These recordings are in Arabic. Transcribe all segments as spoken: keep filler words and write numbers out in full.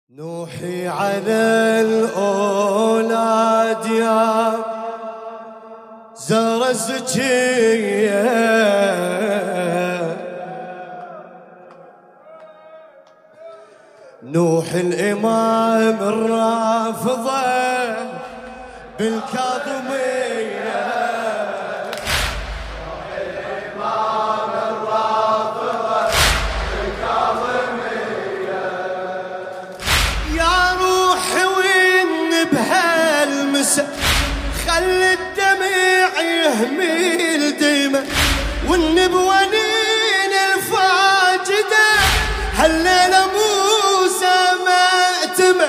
نوحي على الأولاد يا زهرة الزكية، نوح الإمام الرافضة بالكاظمية، نوح الإمام الرافضة بالكاظمية. يا روحي وين بهالمسا خلي الدمع يهمل ديمه، والنبوانين الفاجدة هالليلة موسى مأتمة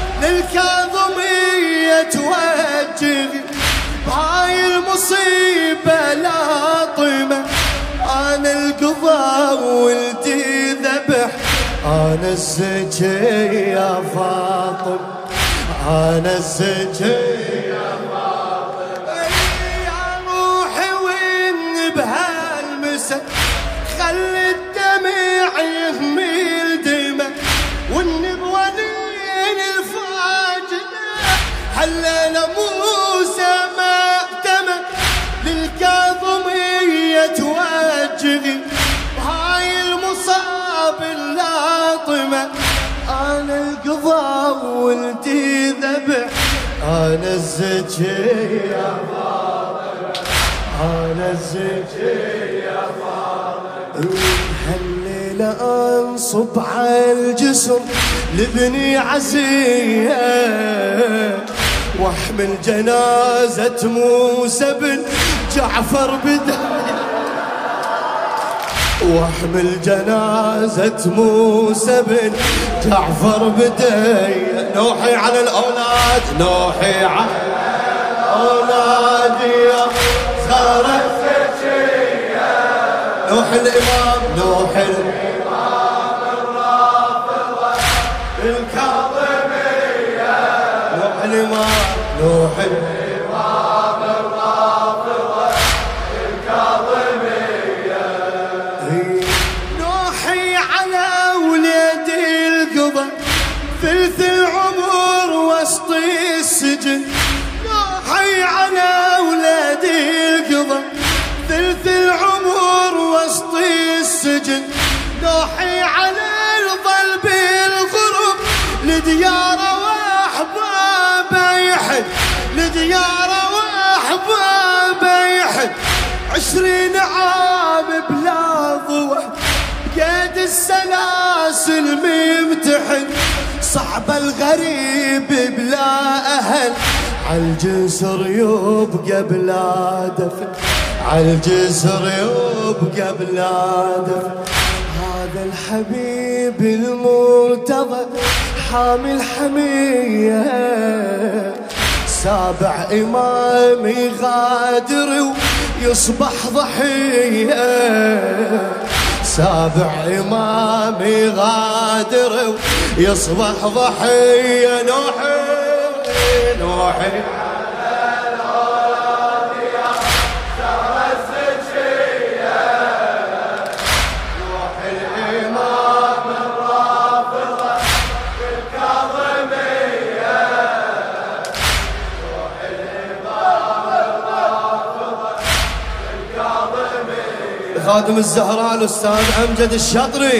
للكاظمية توجهي بهاي المصيبة لاطمة. أنا القضاء ولدي ذبح، أنا الزكي يا فاطم، أنا الزكي يا فاطم. يا روحي وين بهالمسا خلي الدمع يهمل دمه، والنبوانين الفاجدة هالليلة موسى مأتمة للكاظمية توجهي بهاي المصاب اللاطمة. أنا القضاء ولدي ذبح، أنا الزكي يا فاطمة، أنا الزكي يا فاطمة. هالليلة أنصب على الجسر لبني عزية، واحمل جنازة موسى بن جعفر بداية، واحمل جنازة موسى بن جعفر بداية. نوحي على الأولاد، نوحي على الأولاد يا زهرة الزكية، نوح الإمام، نوح الإمام الرافضة بالكاظمية، نوح الإمام، نوح الإمام الرافضة بالكاظمية. نوحي على ولادي القضا ثلث العمر وسط السجن، نوحي على ولادي القضا ثلث العمر وسط السجن، نوحي على الظل بالغرب لدياره واحبابه يحد، لدياره واحبابه يحد. عشرين عام بلا ضوء بقيد السلاسل ممتحن، صعب الغريب بلا أهل عالجسر يبقى بلا دفن، عالجسر يبقى بلا دفن. هذا الحبيب المرتضى حامي الحمية، سابع إمام يغادر ويصبح ضحية، سابع إمام يغادر ويصبح ضحية. نوحي نوحي خادم الزهراء الأستاذ أمجد الشطري.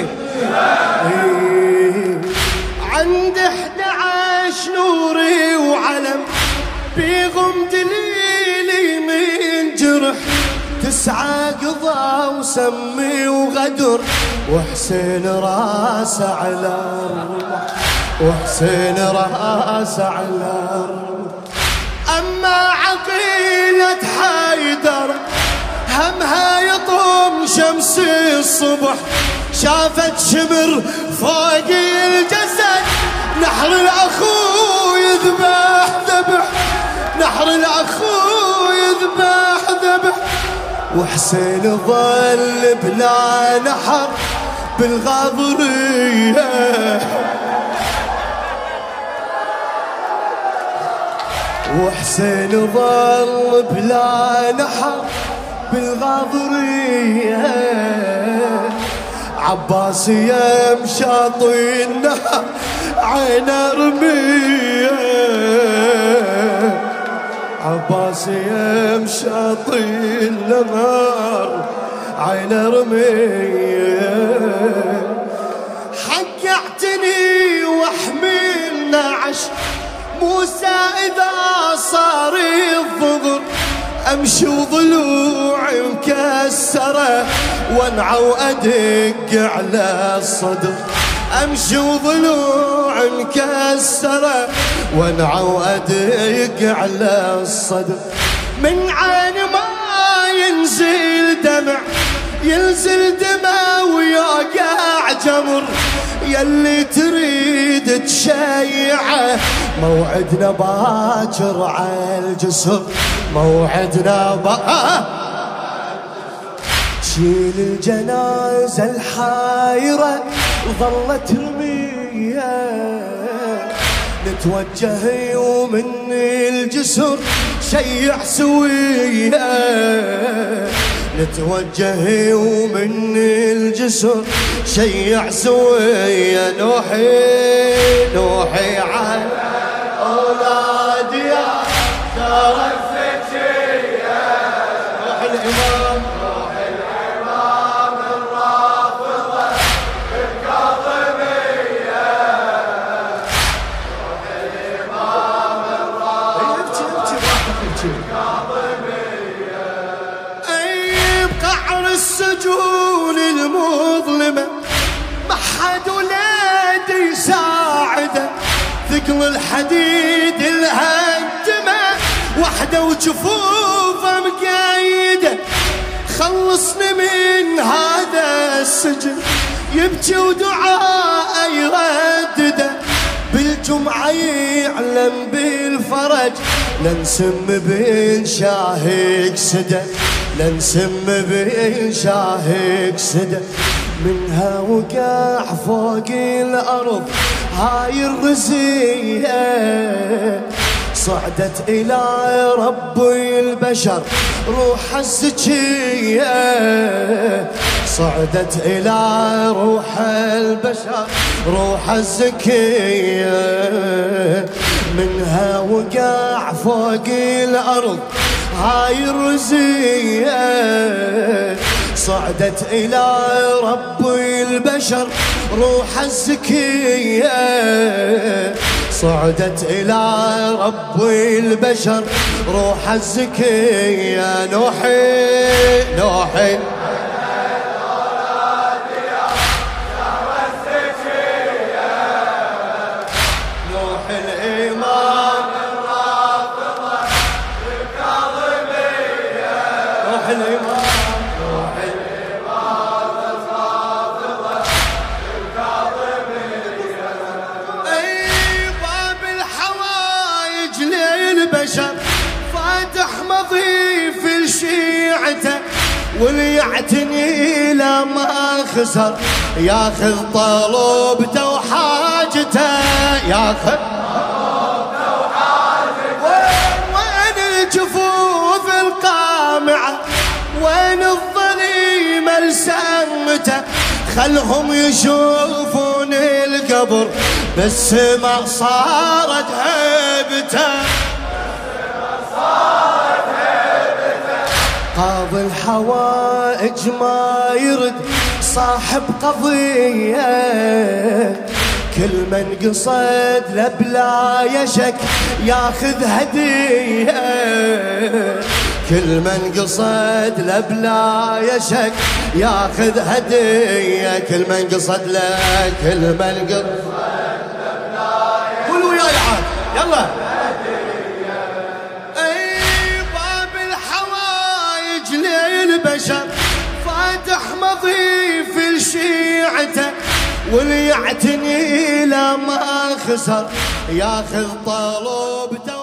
عند إحدى عشر نوري وعلم بيغم دليلي من جرح، تسعة قضى وسمي وغدر، وحسين راسه على الرمح، وحسين راسه على الرمح. أما عقيلة حيدر همها يطم شمس الصبح، شافت شمر فوق الجسد، نحر الأخو يذبح ذبح، نحر الأخو يذبح ذبح. وحسين ظل بلا نحر بالغاضرية، وحسين ظل بلا نحر بالغاضرية. عباس يمشاطي النهر عينه رمية عباس يمشطي النهار عينه رمية حقعتني واحمل نعش موسى إذا صار الظهر أمشي وضلوعي مكسرة وانعى وأدق على الصدر أمشي وضلوعي مكسرة وانعى وأدق على الصدر من عين ما ينزل دمع ينزل دمع ويوقع جمر يلي تريد تشيعه موعدنا باكر على الجسر موعدنا باكر شيل الجنازة الحايرة ظلت رمية نتوجه ومن الجسر شيع سوية نتوجه ومن الجسر شيع سوية نوحي نوحي على أولادي يا دار الفتية روح الإمام روح الإمام الرافضة الكاظمية روح الإمام الرافضة الكاظمية أي بقعر السجون المظلمة ما حد ولاد يساعده ثقل الحديد الهدمه وحده وجفوفه مقايده خلصني من هذا السجن يبكي ودعاء يردده بالجمعة يعلم بالفرج لنسم بين شاهق سده لنسم بين شاهق سده منها وقع فوق الأرض هاي الرزية صعدت إلى رب البشر روح الزكية صعدت إلى روح البشر روح الزكية منها وقع فوق الأرض هاي الرزية صعدت إلى رب البشر روح الزكية صعدت إلى رب البشر روح الزكية نوحي نوحي فاتح مضيف لشيعته واللي يعتني لا ما خسر ياخذ طلبته وحاجته ياخذ طلبته وحاجته وين الجفوف القامعة وين الظليمة لسمته خلهم يشوفون القبر بالسما صارت هيبته قاضي الحوائج ما يرد صاحب قضية كل من قصد لبلا يشك ياخذ هدية كل من قصد لبلا يشك ياخذ هدية كل من قصد له كل من قصد لبلا يشك قولوا وياي عاد يلا البشر فاتح مضيف لشيعته واللي يعتني لا ما خسر ياخذ طلبته